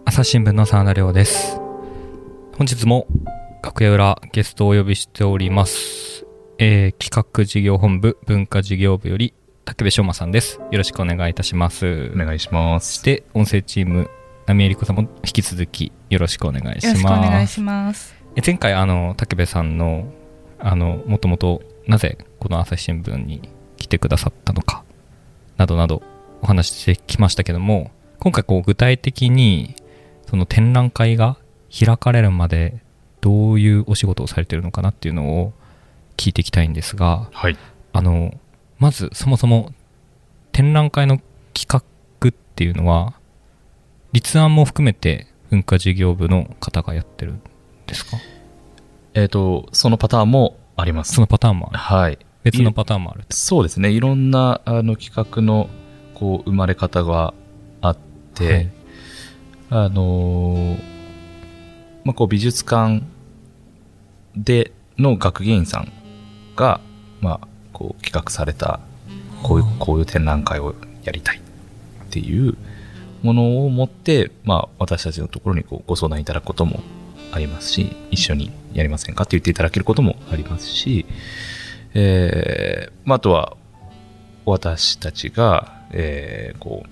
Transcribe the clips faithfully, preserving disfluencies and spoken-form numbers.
朝日新聞の真田亮です。本日も楽屋裏ゲストをお呼びしております、えー、企画事業本部文化事業部より武部翔馬さんです。よろしくお願いいたします。 お願いします。 そして音声チーム浪江里子さんも引き続きよろしくお願いします。 よろしくお願いします。 え前回あの武部さんのあのもともとなぜこの朝日新聞に来てくださったのかなどなどお話ししてきましたけども、今回こう具体的にその展覧会が開かれるまでどういうお仕事をされているのかなっていうのを聞いていきたいんですが、 はい、 あのまずそもそも展覧会の企画っていうのは立案も含めて文化事業部の方がやってるんですか？ えーと、そのパターンもあります。 そのパターンもある。 はい。 別のパターンもある。 そうですね。いろんなあの企画のこう生まれ方があって、はい、あのーまあ、こう美術館での学芸員さんが、まあ、こう企画されたこういうこういう展覧会をやりたいっていうものを持って、まあ、私たちのところにこうご相談いただくこともありますし、一緒にやりませんかって言っていただけることもありますし、えーまあ、あとは私たちが、えー、こ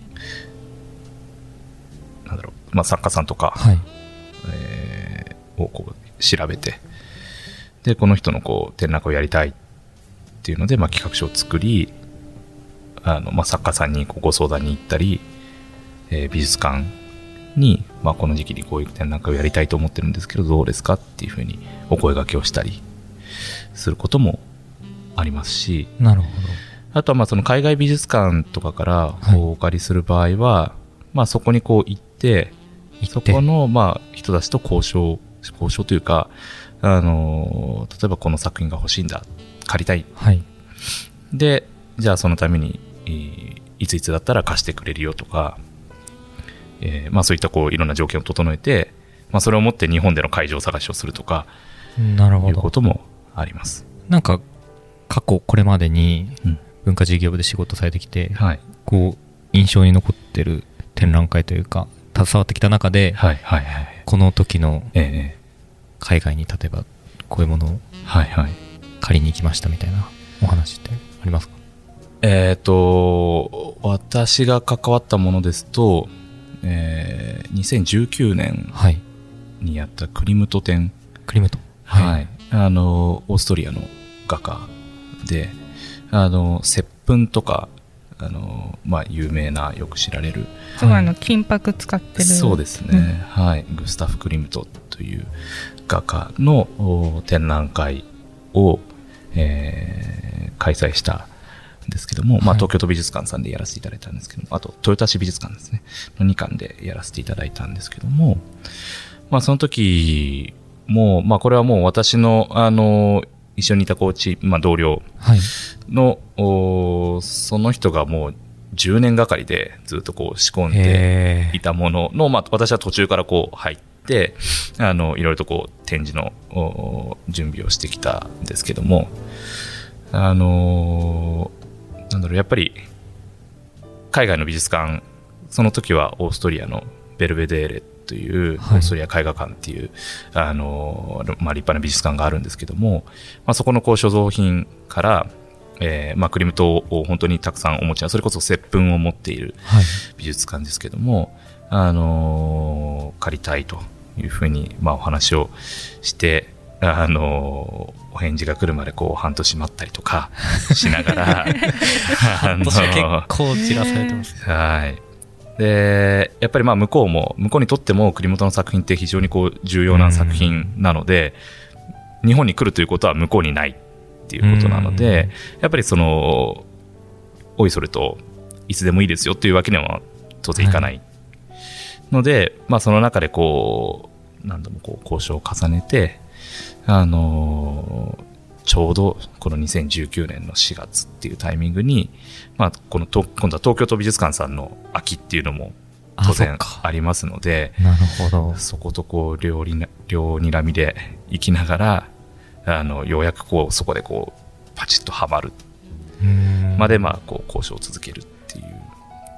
うなんだろう、まあ、作家さんとか、はい、えー、をこう調べて、でこの人のこう展覧会をやりたいっていうので、まあ、企画書を作り、あの、まあ、作家さんにこうご相談に行ったり、えー、美術館に、まあ、この時期にこういう展覧会をやりたいと思ってるんですけどどうですかっていうふうにお声掛けをしたりすることもありますし、 なるほど。 あとはまあその海外美術館とかからこうお借りする場合は、はい、まあ、そこにこう行ってそこのまあ人たちと交渉交渉というか、あの例えばこの作品が欲しいんだ、借りたい、はい、でじゃあそのためにいついつだったら貸してくれるよとか、えーまあ、そういったこういろんな条件を整えて、まあ、それをもって日本での会場探しをするとか、 なるほど、 いうこともあります。 なんか過去これまでに文化事業部で仕事されてきて、うん、はい、こう印象に残ってる展覧会というか携わってきた中で、はいはいはい、この時の海外に例えばこういうものを借りに行きましたみたいなお話ってありますか？ えーと私が関わったものですと、えー、にせんじゅうきゅうねんにやったクリムト展、 クリムト、 はいはい、あのオーストリアの画家で、あの接吻とかあの、まあ、有名なよく知られる、 すごいあの金箔使ってる、 そうですね、うん、はい、グスタフ・クリムトという画家の展覧会を、えー、開催したんですけども、はい、まあ、東京都美術館さんでやらせていただいたんですけども、あと豊田市美術館ですねのにかんでやらせていただいたんですけども、まあ、その時も、まあ、これはもう私のあの一緒にいたコーチ、まあ、同僚の、はい、その人がもうじゅうねんがかりでずっとこう仕込んでいたものの、まあ、私は途中からこう入ってあのいろいろとこう展示の準備をしてきたんですけども、あのなんだろう、やっぱり海外の美術館、その時はオーストリアのベルベデーレというオーストリア絵画館っていう、はい、あのまあ、立派な美術館があるんですけども、まあ、そこのこう所蔵品から、えーまあ、クリムトを本当にたくさんお持ちな、それこそ接吻を持っている美術館ですけども、はい、あの借りたいというふうに、まあ、お話をして、あのお返事が来るまでこう半年待ったりとかしながら半年は結構散らされてます、ね、 はい。でやっぱりまあ向こうも向こうにとっても栗本の作品って非常にこう重要な作品なので、日本に来るということは向こうにないっていうことなので、やっぱりそのおいそれといつでもいいですよっていうわけには当然いかないので、はい、まあ、その中でこう何度もこう交渉を重ねて、あのちょうどこのにせんじゅうきゅうねんのしがつっていうタイミングに、まあ、このと今度は東京都美術館さんの秋っていうのも当然ありますので、 なるほど、 そことこう両に両にらみで行きながら、あのようやくこうそこでこうパチッとはまるまで、まあ、こう交渉を続けるっていう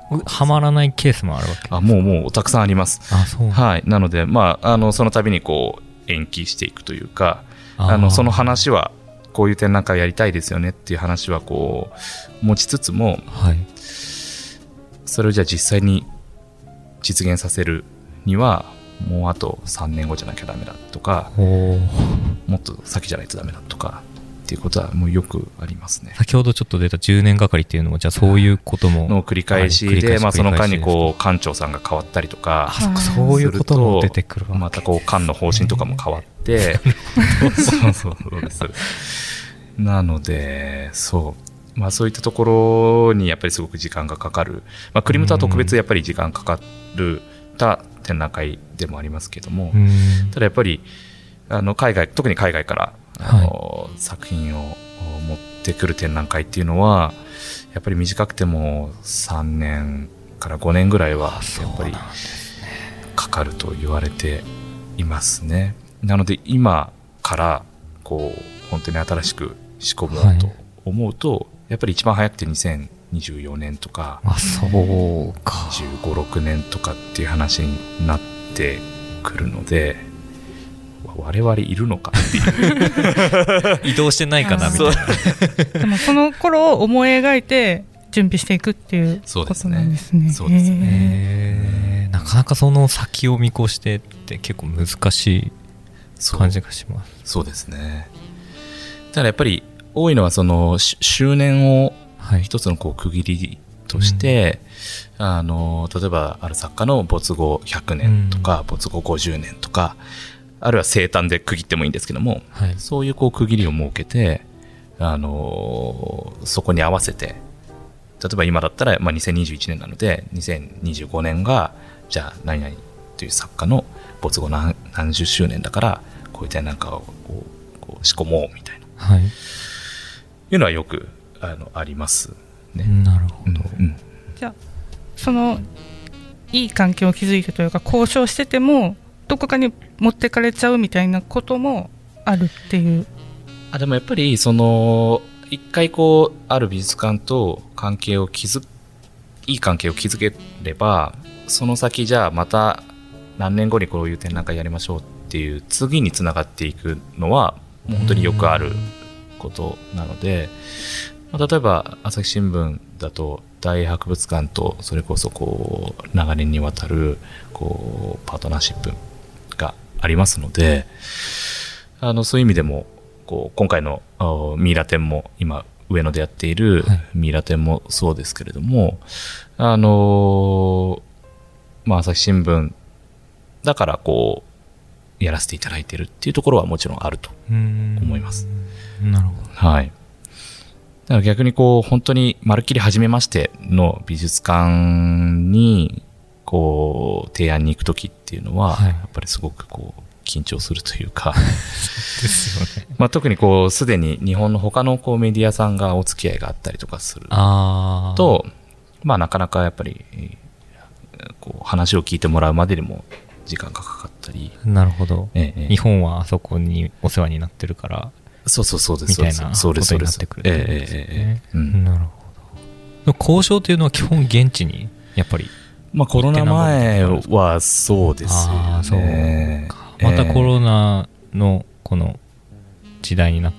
はまらないケースもあるわけ。 あ、もうもうたくさんあります。 あ、そう。 はい。なので、まあ、あのその度にこう延期していくというか、あのその話はこういう展覧会をやりたいですよねっていう話はこう持ちつつも、 はい、 それをじゃあ実際に実現させるにはもうあとさんねんごじゃなきゃダメだとか、もっと先じゃないとダメだとかっていうことはもうよくありますね。 先ほどちょっと出たじゅうねんがかりっていうのも、じゃあそういうこともの繰り返しで、まあ、その間にこう館長さんが変わったりとか、 あ、そっか、そういうことも出てくるわけ。 またこう館の方針とかも変わってそうそうそうです。なのでそう、まあ、そういったところにやっぱりすごく時間がかかる、まあ、クリムトは特別やっぱり時間かかるた展覧会でもありますけども、ただやっぱりあの海外、特に海外からあの、はい、作品を持ってくる展覧会っていうのはやっぱり短くてもさんねんからごねんぐらいはやっぱりかかると言われていますね。なので今からこう本当に新しく仕込もうと思うと、はい、やっぱり一番早くてにせんにじゅうよねんとか、 あ、そうか、 じゅうご、ろくねんとかっていう話になってくるので、我々いるのかっていう移動してないかなみたいな。 でもその頃を思い描いて準備していくっていうことなんですね。 そうですね。 なかなかその先を見越してって結構難しい感じがします。 そう、そうですね。ただやっぱり多いのはその周年を一つのこう区切りとして、はい、あの例えばある作家の没後ひゃくねんとか、うん、没後ごじゅうねんとか、あるいは生誕で区切ってもいいんですけども、はい、そういうこう区切りを設けて、あのそこに合わせて、例えば今だったら、まあ、にせんにじゅういちねんなのでにせんにじゅうごねんがじゃあ何々という作家の没後 何, 何十周年だからこういう展覧会をこうこう仕込もうみたいな、はい、いうのはよくあのありますね。 なるほど、 うんうん、じゃあそのいい関係を築いてというか交渉しててもどこかに持ってかれちゃうみたいなこともあるっていう。 あ、でもやっぱりその一回こうある美術館と関係を築いい関係を築ければ、その先じゃあまた何年後にこういう展覧会やりましょうっていう次につながっていくのはもう本当によくあることなので、まあ、例えば朝日新聞だと大博物館とそれこそこう長年にわたるこうパートナーシップがありますので、あのそういう意味でもこう今回のミイラ展も今上野でやっているミイラ展もそうですけれども、はい、あのまあ朝日新聞だからこうやらせていただいているっていうところはもちろんあると思います。 なるほど。 はい。だから逆にこう本当にまるっきり初めましての美術館にこう提案に行くときっていうのは、はい、やっぱりすごくこう緊張するというかですよね。 まあ特にこうすでに日本の他のこうメディアさんがお付き合いがあったりとかすると、まあなかなかやっぱりこう話を聞いてもらうまでにも時間がかかったり。 なるほど、ええ、日本はあそこにお世話になってるからそうそうそうですみたいなことになってくるってことですね。なるほど。交渉というのは基本現地にやっぱり、 まあコロナ前はそうですよね。あ、そうか。 またコロナのこの時代になって、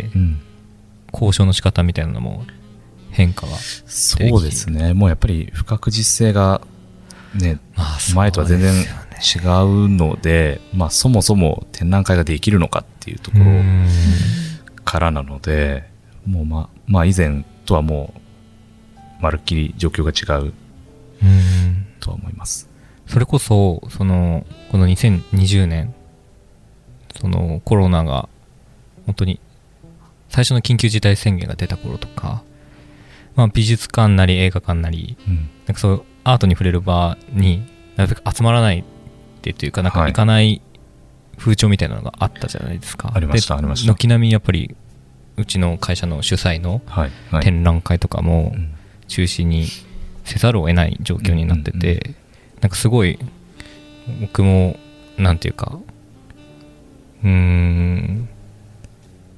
うん、交渉の仕方みたいなのも変化が出てきて。 そうですね。もうやっぱり不確実性がね、まあ、前とは全然違うので、まあそもそも展覧会ができるのかっていうところからなので、もうまあ、まあ以前とはもうまるっきり状況が違うとは思います。 それこそそのこのにせんにじゅうねんそのコロナが本当に最初の緊急事態宣言が出た頃とか、まあ、美術館なり映画館なり、うん、なんかそうアートに触れる場になるべく集まらないってというかなんか行かない風潮みたいなのがあったじゃないですか。 ありましたありました。 軒並みやっぱりうちの会社の主催の展覧会とかも中止にせざるを得ない状況になってて、なんかすごい僕もなんていうかうーんやっ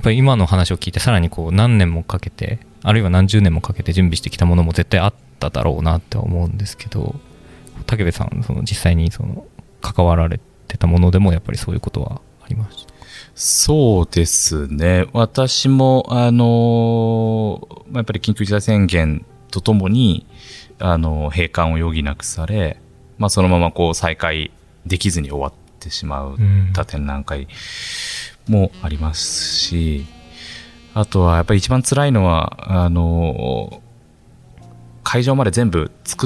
ぱり今の話を聞いてさらにこう何年もかけてあるいは何十年もかけて準備してきたものも絶対あっただろうなって思うんですけど、武部さんその実際にその関わられてたものでもやっぱりそういうことはありました？ そうですね。私もあのやっぱり緊急事態宣言とともにあの閉館を余儀なくされ、まあ、そのままこう再開できずに終わってしまった展覧会もありますし、あとはやっぱり一番辛いのはあの会場まで全部作って、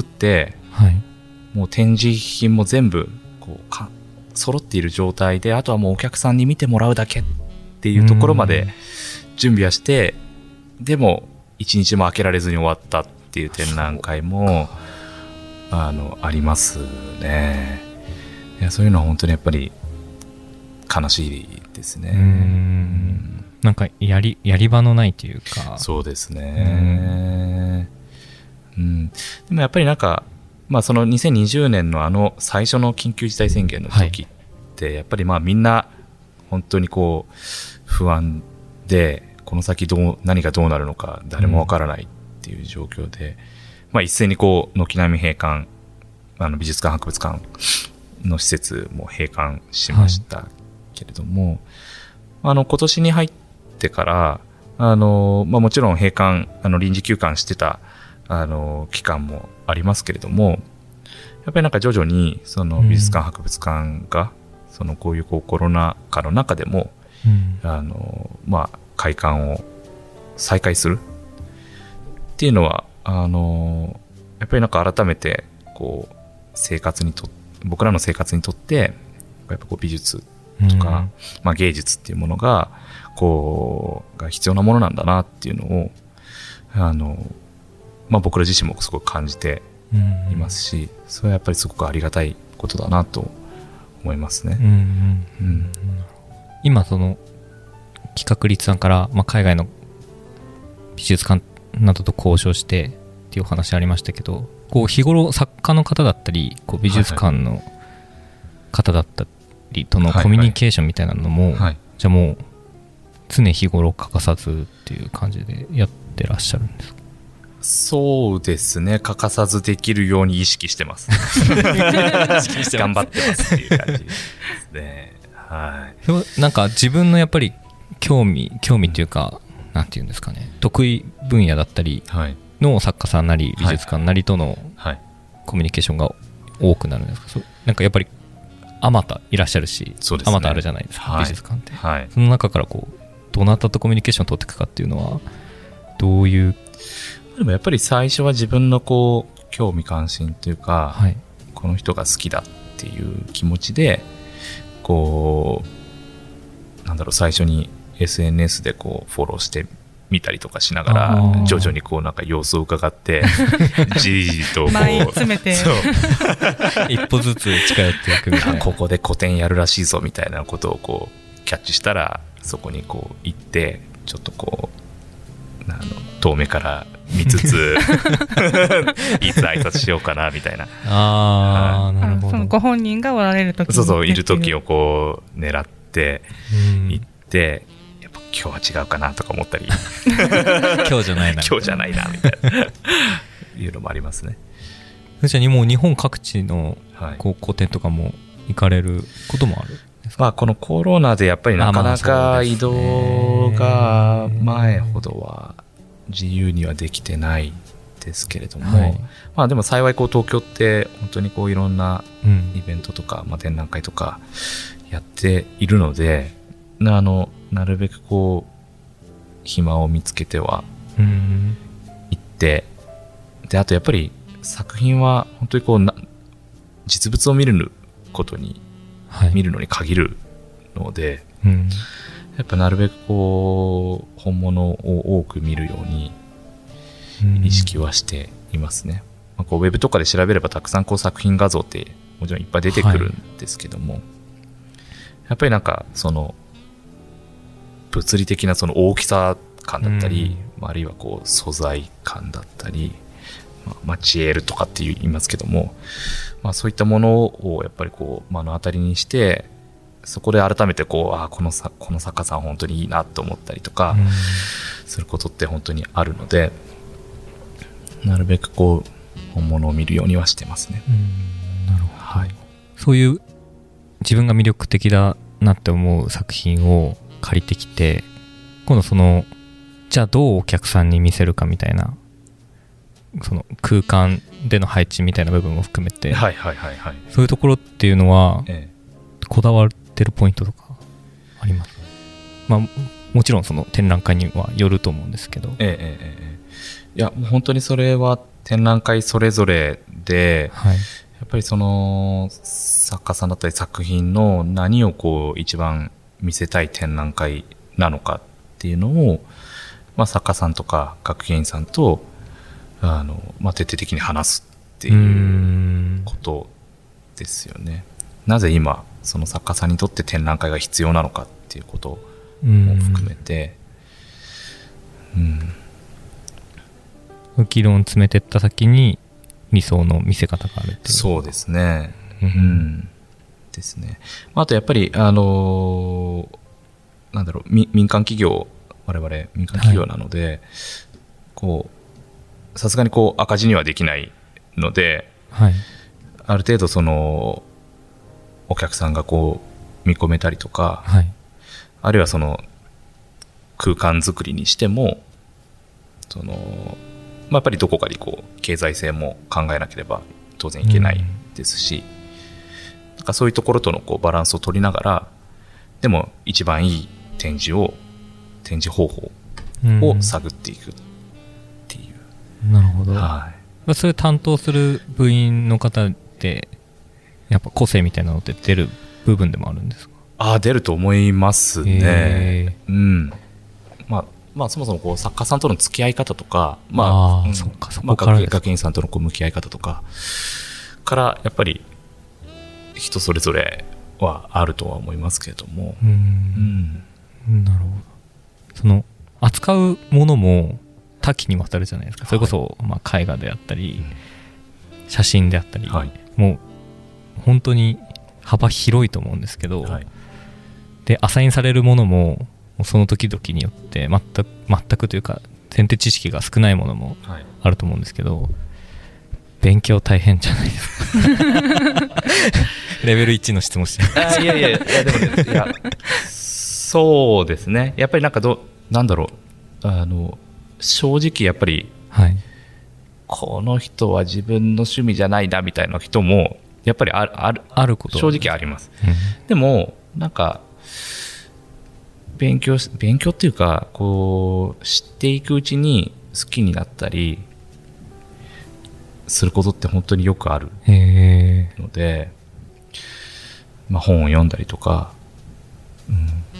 はい、もう展示品も全部こうか揃っている状態で、あとはもうお客さんに見てもらうだけっていうところまで準備はして、でも一日も空けられずに終わったっていう展覧会もあのありますね。いやそういうのは本当にやっぱり悲しいですね。うーん、 なんかやりやり場のないというか。 そうですね。うん、うん、でもやっぱりなんか、まあ、そのにせんにじゅうねんのあの最初の緊急事態宣言の時ってやっぱりまあみんな本当にこう不安で、この先どう何がどうなるのか誰もわからないっていう状況で、うん、まあ、一斉にこう軒並み閉館、あの美術館博物館の施設も閉館しましたけれども、はい、あの今年に入ってからあの、まあ、もちろん閉館あの臨時休館してたあの期間もありますけれども、やっぱりなんか徐々にその美術館博物館がそのこういうこうコロナ禍の中でも、うん、あのまあ開館を再開するっていうのはあのやっぱりなんか改めてこう生活にと僕らの生活にとってやっぱこう美術とか、うんまあ、芸術っていうものがこうが必要なものなんだなっていうのをあのまあ、僕ら自身もすごく感じていますし、うん、それはやっぱりすごくありがたいことだなと思いますね。うんうんうん、 今その企画立案から、まあ、海外の美術館などと交渉してっていうお話ありましたけど、こう日頃作家の方だったりこう美術館の方だったりとのコミュニケーションみたいなのも、はいはいはい、じゃあもう常日頃欠かさずっていう感じでやってらっしゃるんですか？ そうですね、欠かさずできるように意識してます頑張ってますっていう感じですね。はい、 なんか自分のやっぱり興味興味っていうか、うん、なんていうんですかね、得意分野だったりの作家さんなり美術館なりとのコミュニケーションが多くなるんですか？そうなんかやっぱりあまたいらっしゃるし、そうですね、あまたあるじゃないですか、はい、美術館って、はい、その中からこうどなたとコミュニケーションを取っていくかっていうのはどういう？ でもやっぱり最初は自分のこう興味関心というか、はい、この人が好きだっていう気持ちでこうなんだろう最初に エスエヌエス でこうフォローしてみたりとかしながら徐々にこうなんか様子を伺ってじりじりとこう前詰めてそう一歩ずつ近寄っていくみたいなここで個展やるらしいぞみたいなことをこうキャッチしたらそこにこう行ってちょっとこうあの遠目から見つついつ挨拶しようかなみたいな。 ああ、なるほど。 そのご本人がおられる時にそうそういる時をこう狙って行って、うん、やっぱ今日は違うかなとか思ったり今日じゃないな今日じゃないなみたいないうのもありますね。 じゃあもう日本各地のこう個展とかも行かれることもあるんですか？ まあ、このコロナでやっぱりなかなか移動が前ほどは自由にはできてないですけれども、はい、まあでも幸いこう東京って本当にこういろんなイベントとか、うんまあ、展覧会とかやっているので、あのなるべくこう暇を見つけては行って、うん、であとやっぱり作品は本当にこうな実物を見ることに、はい、見るのに限るので、うんやっぱなるべくこう本物を多く見るように意識はしていますね。まあ、こうウェブとかで調べればたくさんこう作品画像ってもちろんいっぱい出てくるんですけども、はい、やっぱりなんかその物理的なその大きさ感だったり、まあ、あるいはこう素材感だったり、まあ、マチエールとかって言いますけども、まあ、そういったものをやっぱりこう目の当たりにしてそこで改めてこうあこのさこの作家さん本当にいいなと思ったりとかすることって本当にあるので、なるべくこう本物を見るようにはしてますね。 うんなるほど、 はい、 そういう自分が魅力的だなって思う作品を借りてきて、今度そのじゃあどうお客さんに見せるかみたいな、その空間での配置みたいな部分も含めて、 はいはいはいはい、 そういうところっていうのは、 ええ、 こだわってるポイントとかあります？まあもちろんその展覧会にはよると思うんですけど、 ええええ、いやもう本当にそれは展覧会それぞれで、はい、やっぱりその作家さんだったり作品の何をこう一番見せたい展覧会なのかっていうのを、まあ、作家さんとか学芸員さんとあの、まあ、徹底的に話すっていうことですよね。なぜ今その作家さんにとって展覧会が必要なのかっていうことも含めて、 うん、議論を詰めていった先に理想の見せ方があるっていう。 そうですね、うん、ですね。あとやっぱりあのー、なんだろう、民間企業、我々民間企業なので、はい、こうさすがにこう赤字にはできないので、はい、ある程度そのお客さんがこう見込めたりとか、はい、あるいはその空間作りにしてもその、まあ、やっぱりどこかでこう経済性も考えなければ当然いけないですし、うん、なんかそういうところとのこうバランスを取りながら、でも一番いい展示を展示方法を探っていくっていう、 うん、なるほど、 はい、 それ担当する部員の方ってやっぱ個性みたいなのって出る部分でもあるんですか？ ああ、出ると思いますね。うん。まあ、まあ、そもそもこう作家さんとの付き合い方とか、まあ、 あ、うん、そっか、そこからです。 まあ、学芸員さんとのこう向き合い方とかからやっぱり人それぞれはあるとは思いますけれども、 うん、うん、なるほど。その扱うものも多岐にわたるじゃないですか。それこそ、はい、まあ、絵画であったり、うん、写真であったり、はい、もう本当に幅広いと思うんですけど、はい、でアサインされるものもその時々によって全く、全くというか前提知識が少ないものもあると思うんですけど、はい、勉強大変じゃないですかレベルいちの質問してあいやいやいやでもねいやそうですね、やっぱりなんかどなんだろう、あの正直やっぱり、はい、この人は自分の趣味じゃないなみたいな人もやっぱりある、ある、 あること正直あります、うん、でもなんか勉強勉強っていうかこう知っていくうちに好きになったりすることって本当によくあるので、まあ、本を読んだりとか、うん、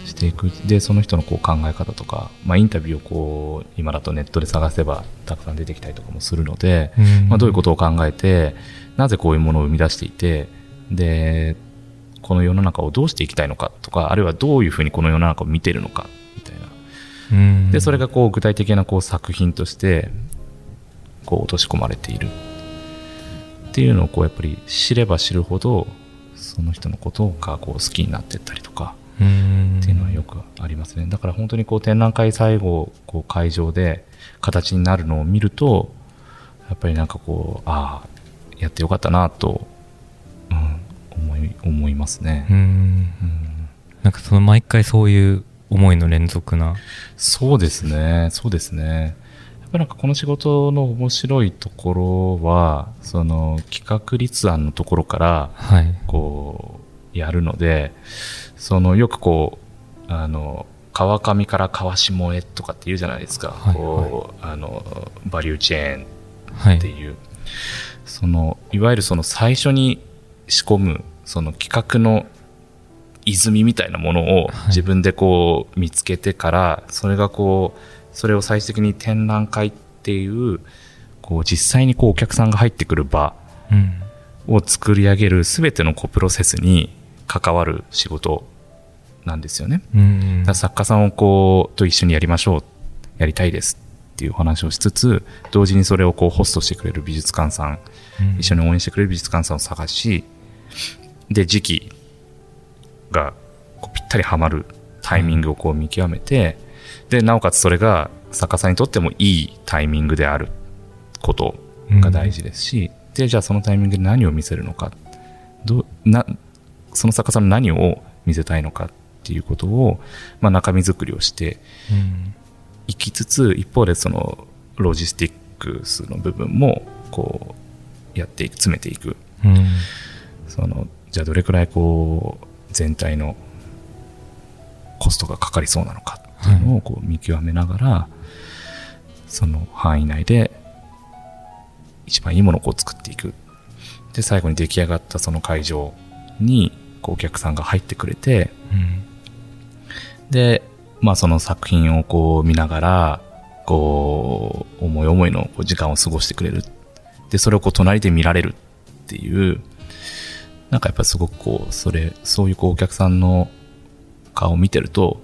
していく。でその人のこう考え方とか、まあ、インタビューをこう今だとネットで探せばたくさん出てきたりとかもするので、まあ、どういうことを考えてなぜこういうものを生み出していて、でこの世の中をどうしていきたいのかとか、あるいはどういうふうにこの世の中を見ているのかみたいな、うんでそれがこう具体的なこう作品としてこう落とし込まれているっていうのをこうやっぱり知れば知るほどその人のことがこう好きになっていったりとかっていうのはよくありますね。だから本当にこう展覧会最後こう会場で形になるのを見るとやっぱりなんかこうああやってよかったなと、うん、思い思いますね。うん、うん、 なんかその毎回そういう思いの連続な。 そうですね、そうですね。やっぱりなんかこの仕事の面白いところはその企画立案のところからこうやるので、はい、そのよくこうあの川上から川下へとかって言うじゃないですか、はい、こう、はい、あのバリューチェーンっていう、はい、そのいわゆるその最初に仕込むその企画の泉みたいなものを自分でこう見つけてから、はい、それがこうそれを最終的に展覧会っていうこう実際にこうお客さんが入ってくる場を作り上げる全てのこうプロセスに関わる仕事なんですよね。うん、だから作家さんをこうと一緒にやりましょう、やりたいですっていうお話をしつつ、同時にそれをこうホストしてくれる美術館さん、うん、一緒に応援してくれる美術館さんを探し、で時期がこうぴったりはまるタイミングをこう見極めて、でなおかつそれが作家さんにとってもいいタイミングであることが大事ですし、うん、でじゃあそのタイミングで何を見せるのか、どなその作家さんの何を見せたいのかっていうことを、まあ、中身作りをしていきつつ、一方でそのロジスティックスの部分もこうやっていく、詰めていく、うん、そのじゃあどれくらいこう全体のコストがかかりそうなのかっていうのをこう見極めながら、はい、その範囲内で一番いいものをこう作っていく。で最後に出来上がったその会場にこうお客さんが入ってくれて、うん、で、まあ、その作品をこう見ながらこう思い思いのこう時間を過ごしてくれる。でそれをこう隣で見られるっていう、なんかやっぱりすごくこうそれそういうこうお客さんの顔を見てると、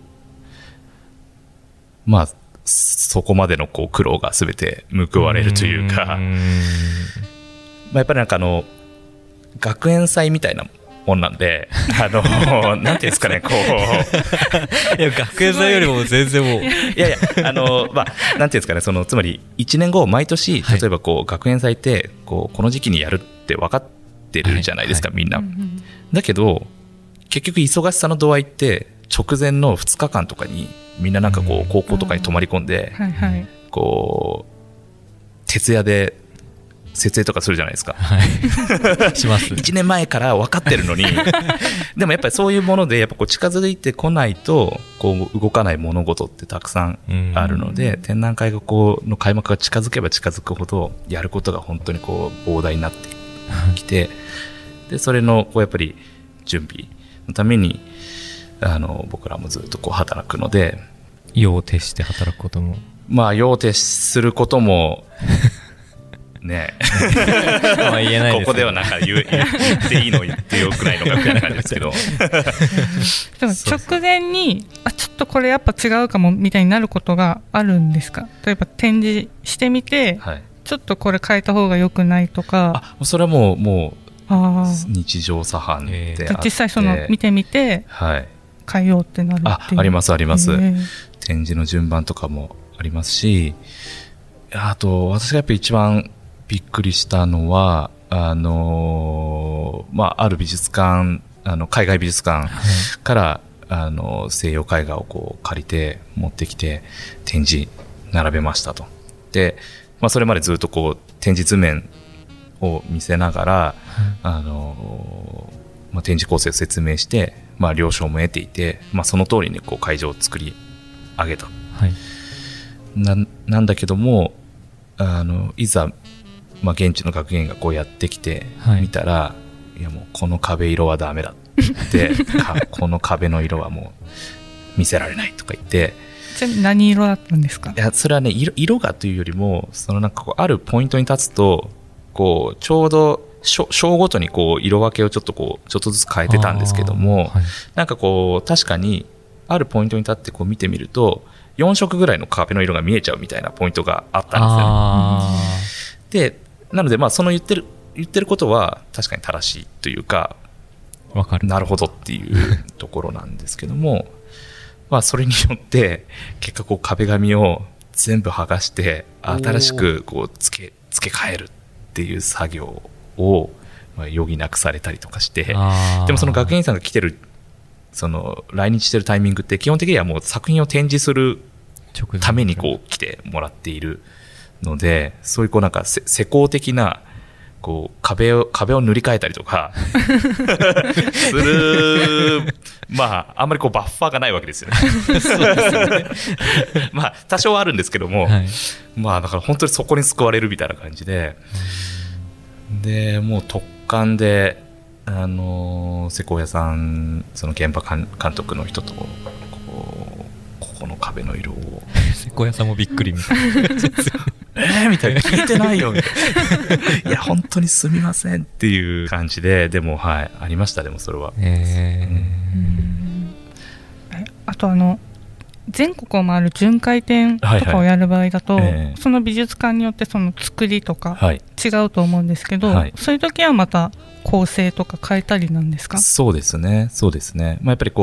まあそこまでのこう苦労が全て報われるというか、うまあ、やっぱりなんかあの学園祭みたいなもんなんで、あのなんていうんですかね、こういや学園祭よりも全然もういやいやあのまあなんていうんですかね、そのつまりいちねんご毎年例えばこう学園祭ってこうこの時期にやるって分かってるじゃないですか、はいはい、みんな。だけど結局忙しさの度合いって直前のふつかかんとかにみんななんかこう高校とかに泊まり込んで、はいはい、こう徹夜で設営とかするじゃないですか、 はい、しますいちねんまえから分かってるのにでもやっぱりそういうものでやっぱこう近づいてこないとこう動かない物事ってたくさんあるので、展覧会がこうの開幕が近づけば近づくほどやることが本当にこう膨大になってきてでそれのこうやっぱり準備のためにあの僕らもずっとこう働くので、 夜を徹して働くこともまあ夜を徹することもねまあ言えないです、ね、 ここではなんか言っていいの言ってよくないのかみたいな感じですけどでも直前にあちょっとこれやっぱ違うかもみたいになることがあるんですか？例えば展示してみて、はい、ちょっとこれ変えた方がよくないとか。 あそれはもうもうあ日常茶飯であって、 実際その見てみて、はい、変えようってなるっていう。 あ、ありますあります。展示の順番とかもありますし、あと私がやっぱり一番びっくりしたのはあの、まあ、ある美術館あの海外美術館から、はい、あの西洋絵画をこう借りて持ってきて展示並べましたと。で、まあ、それまでずっとこう展示図面を見せながら、はい、あのまあ、展示構成を説明して、まあ、了承も得ていて、まあ、その通りにこう会場を作り上げた、はい、な, なんだけどもあのいざ、まあ、現地の学芸員がこうやってきて見たら、はい、いやもうこの壁色はダメだってこの壁の色はもう見せられないとか言って。 何色だったんですか？ いやそれはね 色, 色がというよりもそのなんかこうあるポイントに立つとこうちょうど章ごとにこう色分けをちょっとこうちょっとずつ変えてたんですけども、はい、なんかこう確かにあるポイントに立ってこう見てみるとよん色ぐらいの壁の色が見えちゃうみたいなポイントがあったんですよ、ね、でなのでまあその言ってる言ってることは確かに正しいというかわかるなるほどっていうところなんですけどもまあそれによって結果こう壁紙を全部剥がして新しくこう付け付け替えるっていう作業をまあ余儀なくされたりとかして、でもその学芸員さんが来てるその来日してるタイミングって基本的にはもう作品を展示するためにこう来てもらっているので、そういうこうなんか施工的なこう壁を壁を塗り替えたりとかするまああんまりこうバッファーがないわけですよね。そうですよねまあ多少あるんですけども、はい、まあだから本当にそこに救われるみたいな感じで、でもう特感であの施工屋さんその現場監督の人とこうここの壁の色を施工屋さんもびっくりみたいな感じですよね。 えーみたいな聞いてないよみたいないや本当にすみませんっていう感じで、でもはいありました。でもそれは、えー、 うんあとあの全国を回る巡回展とかをやる場合だと、はいはいえー、その美術館によってその作りとか違うと思うんですけど、はい、そういう時はまた構成とか変えたりなんですか？ そうですねそうですね、まあ、やっぱりこう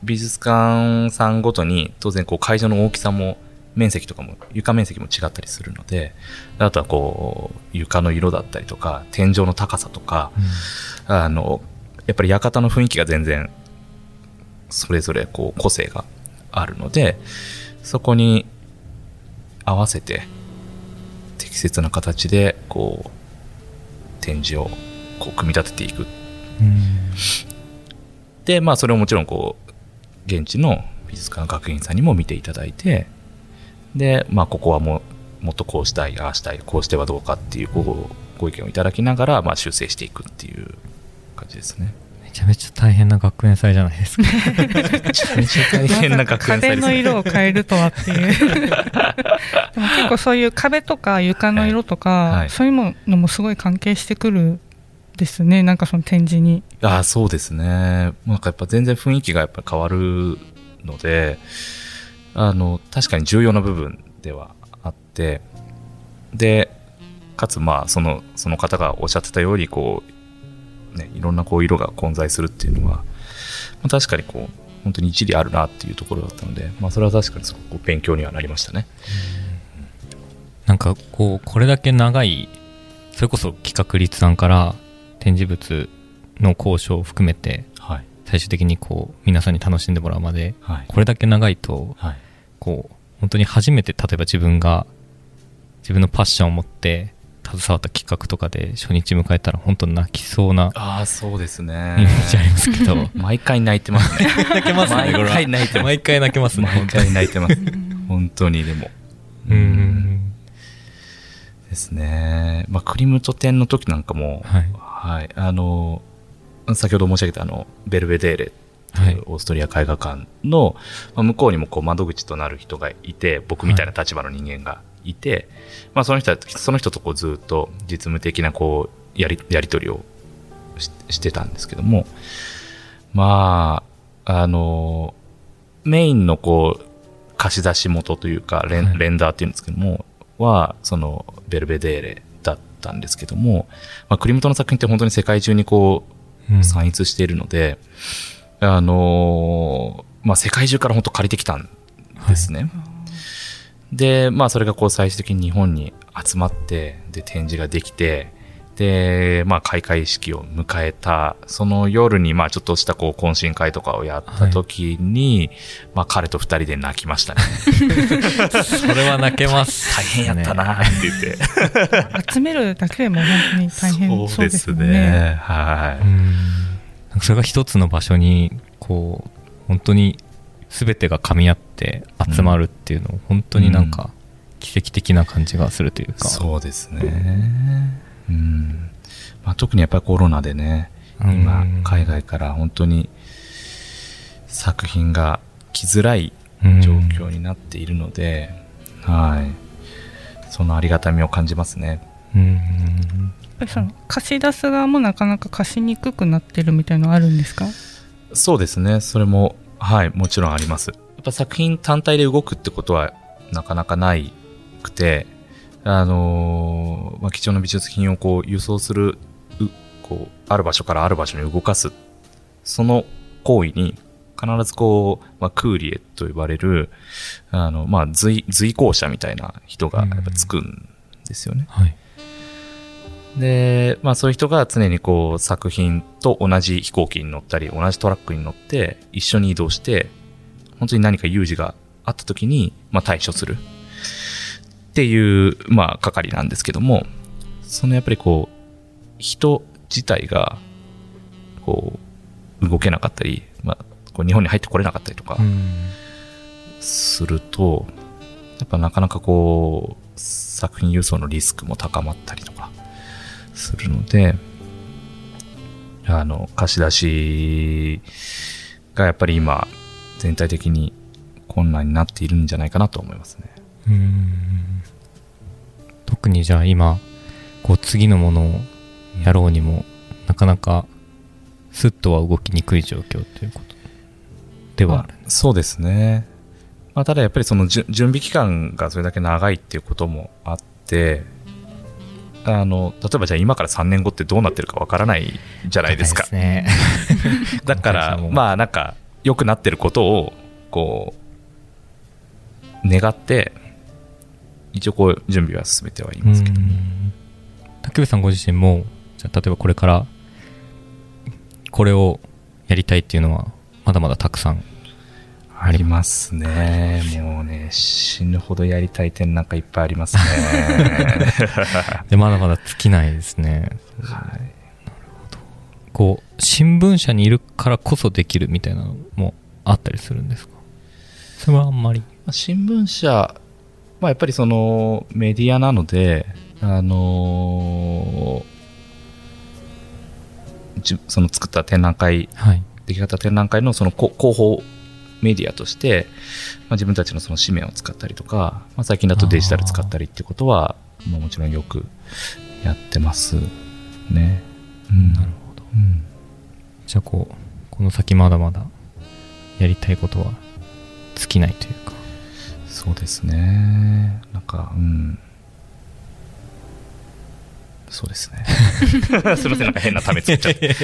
美術館さんごとに当然こう会場の大きさも面積とかも床面積も違ったりするので、あとはこう床の色だったりとか天井の高さとか、うん、あのやっぱり館の雰囲気が全然それぞれこう個性があるので、そこに合わせて適切な形でこう展示をこう組み立てていく、うん、でまあそれをもちろんこう現地の美術館の学院さんにも見ていただいて、でまあここはもうもっとこうしたい、ああしたい、こうしてはどうかっていうごご意見をいただきながら、まあ修正していくっていう感じですね。 めちゃめちゃ大変な学園祭じゃないですか。 めちゃめちゃ大変な学園祭ですね。 壁の色を変えるとはっていうでも結構そういう壁とか床の色とか、はいはい、そういうのもすごい関係してくるですね。なんかその展示に。 ああ、そうですね。なんかやっぱ全然雰囲気がやっぱ変わるので、あの確かに重要な部分ではあって、でかつまあそのその方がおっしゃってたようにこう、ね、いろんなこう色が混在するっていうのは、まあ、確かにこう本当に一理あるなっていうところだったので、まあ、それは確かにすごく勉強にはなりましたね。 なんかこうこれだけ長い、それこそ企画立案から展示物の交渉を含めて、はい、最終的にこう皆さんに楽しんでもらうまで、はい、これだけ長いと、はい、こう本当に初めて例えば自分が自分のパッションを持って携わった企画とかで初日迎えたら本当に泣きそうなああそうですねイメージありますけど毎回泣いてますね泣けますね。 毎回泣いてます。 毎回泣けますね。 毎回泣いてます本当に。でもうーんですね。まあクリムト展の時なんかも、はいはい、あの先ほど申し上げたあのベルベデーレというオーストリア絵画館の、まあ、向こうにもこう窓口となる人がいて、僕みたいな立場の人間がいて、はい、まあ、その人その人とこうずっと実務的なこうやりやり取りを し, してたんですけども、まああのメインのこう貸し出し元というかレン、はい、レンダーっていうんですけどもはそのベルベデーレだったんですけども、まあ、クリムトの作品って本当に世界中にこう散逸しているので、うん、あのまあ、世界中から本当借りてきたんですね。はい、で、まあ、それがこう最終的に日本に集まってで展示ができて、で、まあ、開会式を迎えたその夜にまあちょっとしたこう懇親会とかをやった時に、はい、まあ、彼と二人で泣きましたね。 それは泣けます。 大変やったなって言って集めるだけでも本当に大変そうですね。そうですね。 はい。 うん、それが一つの場所にこう本当に全てが噛み合って集まるっていうのを本当になんか奇跡的な感じがするというか、 うん、そうですね。うん、まあ、特にやっぱりコロナでね、今海外から本当に作品が来づらい状況になっているので、はい、そのありがたみを感じますね。うん、 やっぱりその貸し出す側もなかなか貸しにくくなってるみたいなのあるんですか？ そうですね、それも、はい、もちろんあります。やっぱ作品単体で動くってことはなかなかないくて、あのーまあ、貴重な美術品をこう輸送するこうある場所からある場所に動かすその行為に必ずこう、まあ、クーリエと呼ばれるあの、まあ、随随行者みたいな人がやっぱつくんですよね。はい、で、まあ、そういう人が常にこう作品と同じ飛行機に乗ったり同じトラックに乗って一緒に移動して本当に何か有事があった時に、まあ、対処するっていう、まあ、係なんですけども、そのやっぱりこう人自体がこう動けなかったり、まあ、こう日本に入ってこれなかったりとかすると、やっぱなかなかこう作品輸送のリスクも高まったりとかするので、あの貸し出しがやっぱり今全体的に困難になっているんじゃないかなと思いますね。うーん、 特にじゃあ今こう次のものをやろうにもなかなかスッとは動きにくい状況ということではある、 まあ、そうですね、まあ、ただやっぱりその準備期間がそれだけ長いっていうこともあって、あの例えばじゃあ今からさんねんごってどうなってるかわからないじゃないですか。 ですね、 だからまあなんか良くなってることをこう願って一応こう準備は進めてはいますけど、 武部さんご自身もじゃあ例えばこれからこれをやりたいっていうのはまだまだたくさんありますね。もうね死ぬほどやりたい点なんかいっぱいありますねでまだまだ尽きないですね。はい、なるほど。こう新聞社にいるからこそできるみたいなのもあったりするんですか？それはあんまり。 新聞社、まあ、やっぱりそのメディアなので、あのー、その作った展覧会、はい、出来方展覧会のその広報メディアとして、まあ、自分たちのその紙面を使ったりとか、まあ、最近だとデジタル使ったりっていうことはもうもちろんよくやってますね。 うん、なるほど、うん、じゃあこうこの先まだまだやりたいことは尽きないというか。 そうですね。なんかうんそうですねすいませんなんか変なためつけちゃって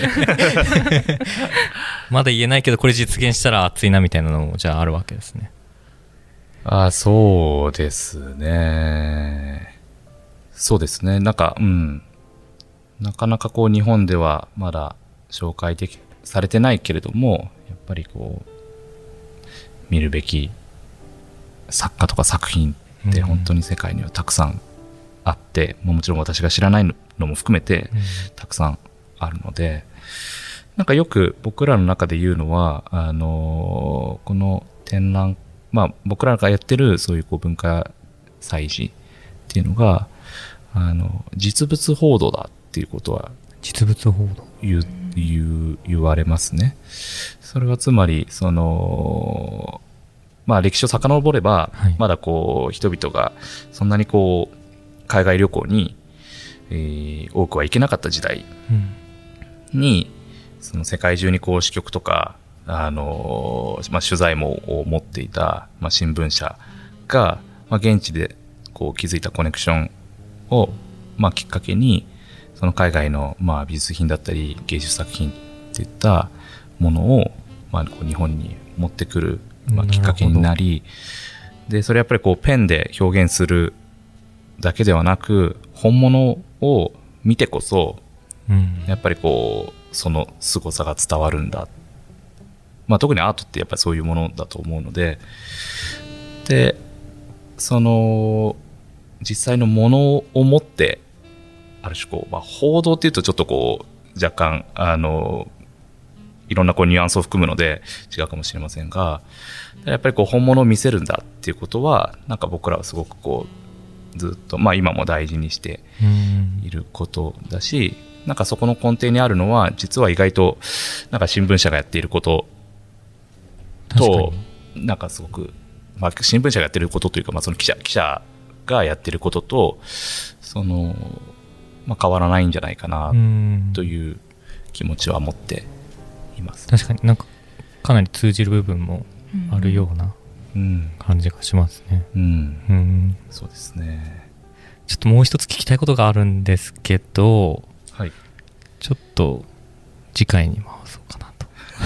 まだ言えないけどこれ実現したら熱いなみたいなのもじゃああるわけですね。 あ、そうですねそうですねなんかうんなかなかこう日本ではまだ紹介できされてないけれども、やっぱりこう見るべき作家とか作品って本当に世界にはたくさんあって、うん、もちろん私が知らないのも含めてたくさんあるので、なんかよく僕らの中で言うのはあのこの展覧、まあ、僕らがやってるそういうこう文化祭事っていうのがあの実物報道だっていうことは実物報道言, 言, 言われますね。それはつまりそのまあ歴史を遡れば、はい、まだこう人々がそんなにこう海外旅行に、えー、多くは行けなかった時代に、うん、その世界中にこう支局とかあのーまあ、取材網を持っていた、まあ、新聞社が、まあ、現地でこう築いたコネクションを、まあ、きっかけにその海外の、まあ、美術品だったり芸術作品っていったものを、まあ、こう日本に持ってくる、まあ、きっかけになり、でそれやっぱりこうペンで表現するだけではなく本物を見てこそ、うん、やっぱりこうその凄さが伝わるんだ、まあ、特にアートってやっぱりそういうものだと思うので、でその実際のものを持ってある種こう、まあ、報道っていうとちょっとこう若干あのいろんなこうニュアンスを含むので違うかもしれませんが、やっぱりこう本物を見せるんだっていうことはなんか僕らはすごくこうずっと、まあ、今も大事にしていることだし、なんかそこの根底にあるのは実は意外となんか新聞社がやっていることとなんかすごく、まあ、新聞社がやっていることというか、まあ、その記者、記者がやっていることとその、まあ、変わらないんじゃないかなという気持ちは持っています。 確かになんかかなり通じる部分もあるような感じがしますね。うん、 うんうん、そうですね。 ちょっともう一つ聞きたいことがあるんですけど、 はい、 ちょっと次回に回そうかなと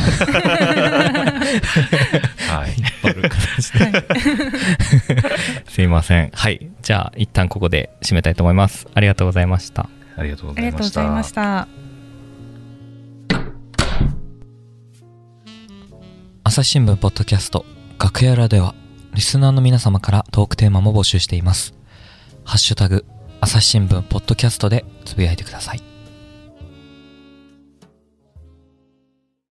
はい引っ張る形で、はい、すいません。はい、じゃあ一旦ここで締めたいと思います。ありがとうございました。 ありがとうございました。 ありがとうございました。 朝日新聞ポッドキャスト楽屋裏ではリスナーの皆様からトークテーマも募集しています。ハッシュタグ朝日新聞ポッドキャストでつぶやいてください。